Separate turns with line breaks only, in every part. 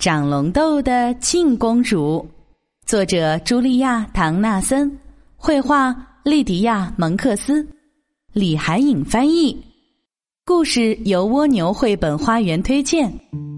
长龙豆的靖公主，作者茱莉亚·唐纳森，绘画莉迪亚·蒙克斯，李海颖翻译。故事由蜗牛绘本花园推荐。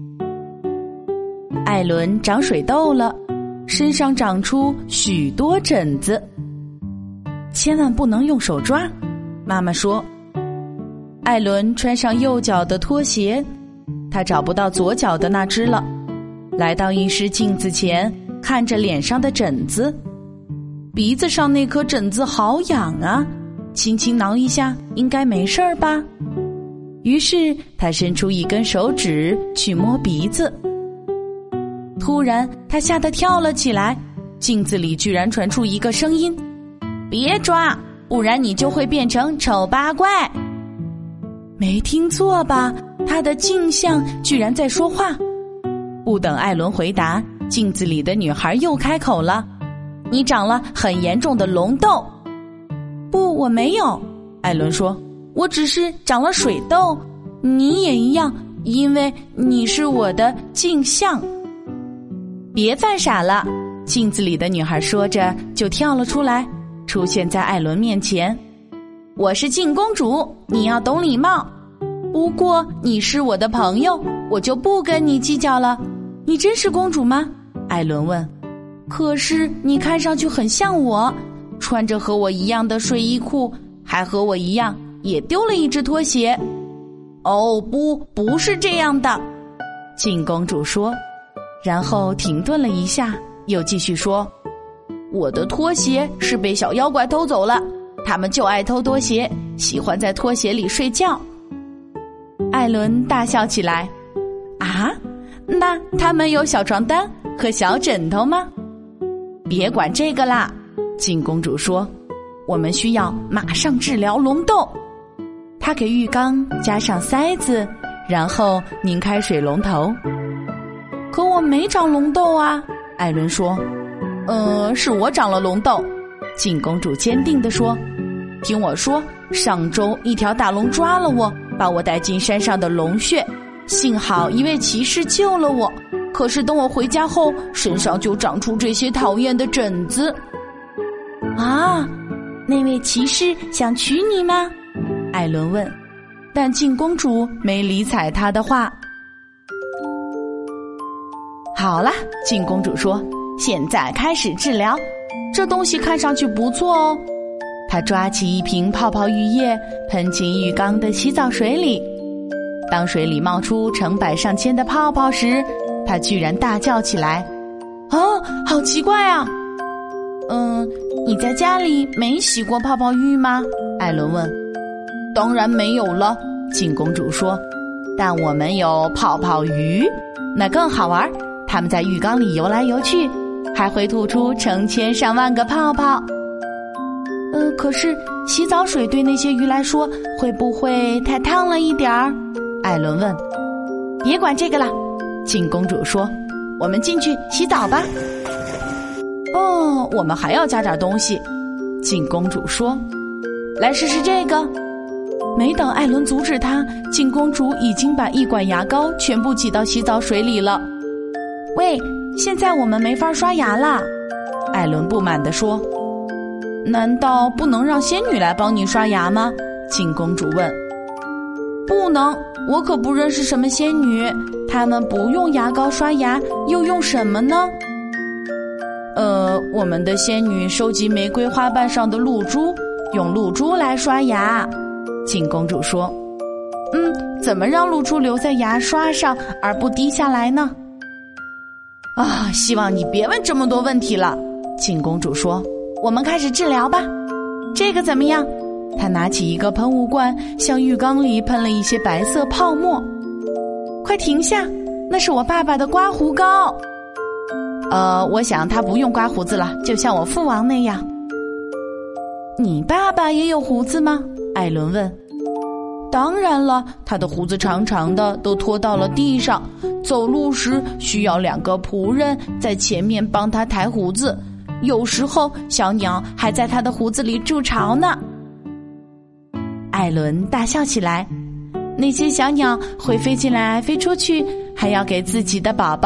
艾伦长水痘了，身上长出许多疹子。千万不能用手抓，妈妈说。艾伦穿上右脚的拖鞋，他找不到左脚的那只了。来到浴室镜子前，看着脸上的疹子，鼻子上那颗疹子好痒啊，轻轻挠一下应该没事儿吧。于是他伸出一根手指去摸鼻子，突然他吓得跳了起来，镜子里居然传出一个声音：别抓，不然你就会变成丑八怪。没听错吧？他的镜像居然在说话。不等艾伦回答，镜子里的女孩又开口了：你长了很严重的龙痘。不，我没有，艾伦说，我只是长了水痘，你也一样，因为你是我的镜像。别犯傻了，镜子里的女孩说着就跳了出来，出现在艾伦面前。我是靖公主，你要懂礼貌，不过你是我的朋友，我就不跟你计较了。你真是公主吗？艾伦问。可是你看上去很像我，穿着和我一样的睡衣裤，还和我一样也丢了一只拖鞋。哦，不是这样的，靖公主说，然后停顿了一下，又继续说，我的拖鞋是被小妖怪偷走了，他们就爱偷拖鞋，喜欢在拖鞋里睡觉。艾伦大笑起来。啊，那他们有小床单和小枕头吗？别管这个啦，靖公主说，我们需要马上治疗龙痘。她给浴缸加上塞子，然后拧开水龙头。可我没长龙痘啊，艾伦说。是我长了龙痘，靖公主坚定地说。听我说，上周一条大龙抓了我，把我带进山上的龙穴，幸好一位骑士救了我，可是等我回家后，身上就长出这些讨厌的疹子。啊，那位骑士想娶你吗？艾伦问，但靖公主没理睬他的话。好了，靖公主说，现在开始治疗，这东西看上去不错哦。她抓起一瓶泡泡浴液，喷进浴缸的洗澡水里。当水里冒出成百上千的泡泡时，她居然大叫起来：哦，好奇怪啊！你在家里没洗过泡泡浴吗？艾伦问。当然没有了，靖公主说，但我们有泡泡鱼，那更好玩，它们在浴缸里游来游去，还会吐出成千上万个泡泡。可是洗澡水对那些鱼来说会不会太烫了一点儿？艾伦问。别管这个了，靖公主说，我们进去洗澡吧。我们还要加点东西，靖公主说。来试试这个。没等艾伦阻止她，靖公主已经把一管牙膏全部挤到洗澡水里了。喂，现在我们没法刷牙啦，艾伦不满地说。难道不能让仙女来帮你刷牙吗？靖公主问。不能，我可不认识什么仙女，她们不用牙膏刷牙，又用什么呢？我们的仙女收集玫瑰花瓣上的露珠，用露珠来刷牙，靖公主说。怎么让露珠留在牙刷上而不滴下来呢？希望你别问这么多问题了，靖公主说。我们开始治疗吧。这个怎么样？她拿起一个喷雾罐，向浴缸里喷了一些白色泡沫。快停下，那是我爸爸的刮胡膏。我想他不用刮胡子了，就像我父王那样。你爸爸也有胡子吗？艾伦问。当然了，他的胡子长长的，都拖到了地上，走路时需要2个仆人在前面帮他抬胡子，有时候小鸟还在他的胡子里筑巢呢。艾伦大笑起来。那些小鸟会飞进来飞出去，还要给自己的宝宝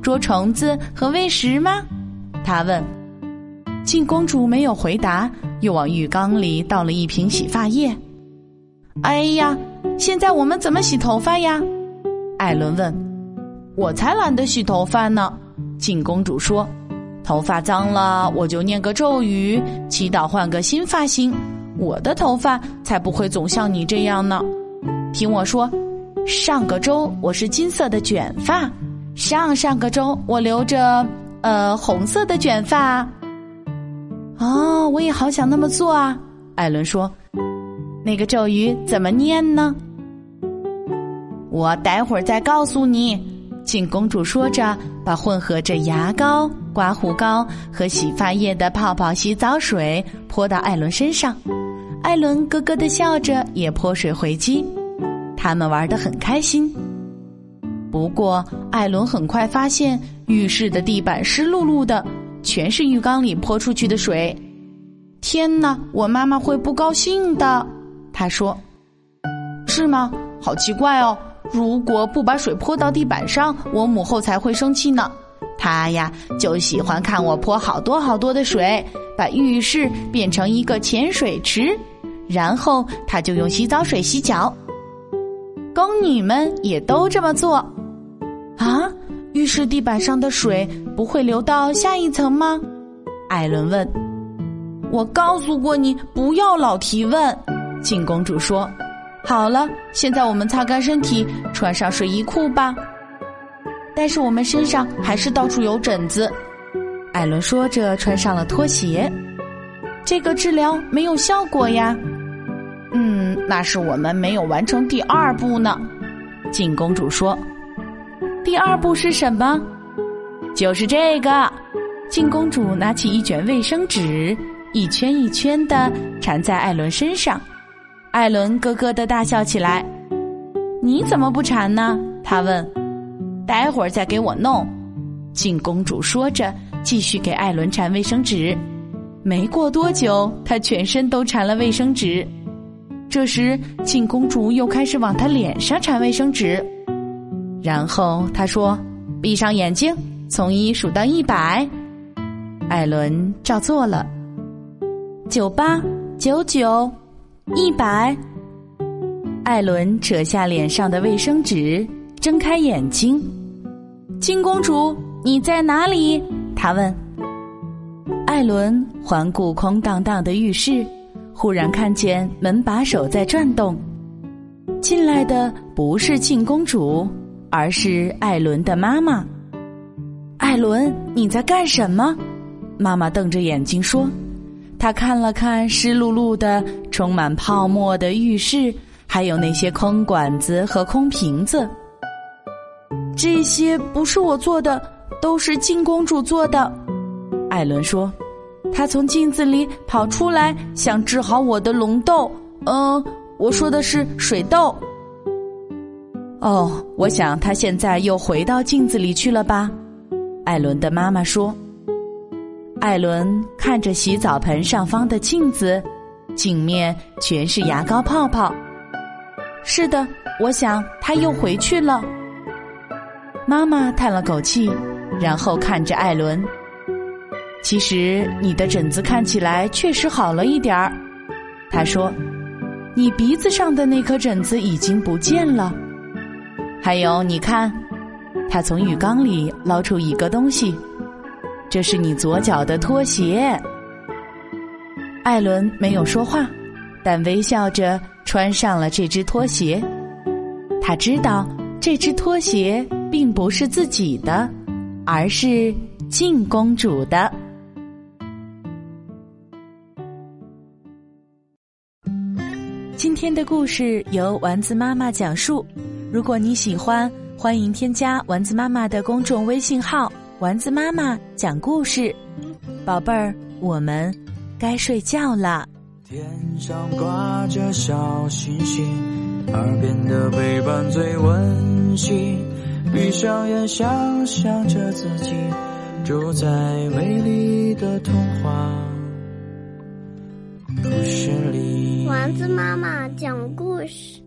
捉虫子和喂食吗？他问。靖公主没有回答，又往浴缸里倒了一瓶洗发液。哎呀，现在我们怎么洗头发呀？艾伦问。我才懒得洗头发呢，靖公主说。头发脏了，我就念个咒语，祈祷换个新发型，我的头发才不会总像你这样呢。听我说，上个周我是金色的卷发，上个周我留着红色的卷发。哦，我也好想那么做啊，艾伦说。那个咒语怎么念呢？我待会儿再告诉你，靖公主说着，把混合着牙膏、刮胡膏和洗发液的泡泡洗澡水泼到艾伦身上。艾伦咯咯地笑着，也泼水回击。他们玩得很开心。不过艾伦很快发现浴室的地板湿漉漉的，全是浴缸里泼出去的水。天哪，我妈妈会不高兴的，他说。是吗？好奇怪哦，如果不把水泼到地板上，我母后才会生气呢。她呀，就喜欢看我泼好多好多的水，把浴室变成一个潜水池，然后她就用洗澡水洗脚。宫女们也都这么做。啊，浴室地板上的水不会流到下一层吗？艾伦问。我告诉过你不要老提问，靖公主说。好了，现在我们擦干身体，穿上睡衣裤吧。但是我们身上还是到处有疹子，艾伦说着穿上了拖鞋。这个治疗没有效果呀。那是我们没有完成第二步呢，靖公主说。第二步是什么？就是这个。靖公主拿起一卷卫生纸，一圈一圈地缠在艾伦身上。艾伦咯咯地大笑起来。你怎么不缠呢？他问。待会儿再给我弄，靖公主说着，继续给艾伦缠卫生纸。没过多久，她全身都缠了卫生纸。这时，靖公主又开始往她脸上缠卫生纸。然后她说：“闭上眼睛，从1数到100。”艾伦照做了。98、99、100。艾伦扯下脸上的卫生纸，睁开眼睛。靖公主，你在哪里？他问。艾伦环顾空荡荡的浴室，忽然看见门把手在转动。进来的不是靖公主，而是艾伦的妈妈。艾伦，你在干什么？妈妈瞪着眼睛说。她看了看湿漉漉的、充满泡沫的浴室，还有那些空管子和空瓶子。这些不是我做的，都是靖公主做的，艾伦说。她从镜子里跑出来，想治好我的龙痘。我说的是水痘。哦，我想她现在又回到镜子里去了吧？艾伦的妈妈说。艾伦看着洗澡盆上方的镜子，镜面全是牙膏泡泡。是的，我想她又回去了。妈妈叹了口气，然后看着艾伦。其实你的疹子看起来确实好了一点儿，她说。你鼻子上的那颗疹子已经不见了。还有，你看，她从浴缸里捞出一个东西，这是你左脚的拖鞋。艾伦没有说话，但微笑着穿上了这只拖鞋。他知道这只拖鞋并不是自己的，而是靖公主的。今天的故事由丸子妈妈讲述。如果你喜欢，欢迎添加丸子妈妈的公众微信号丸子妈妈讲故事。宝贝儿，我们该睡觉了。
天上挂着小星星，耳边的陪伴最温馨，闭上眼想象着自己住在美丽的童话故事里。
丸子妈妈讲故事。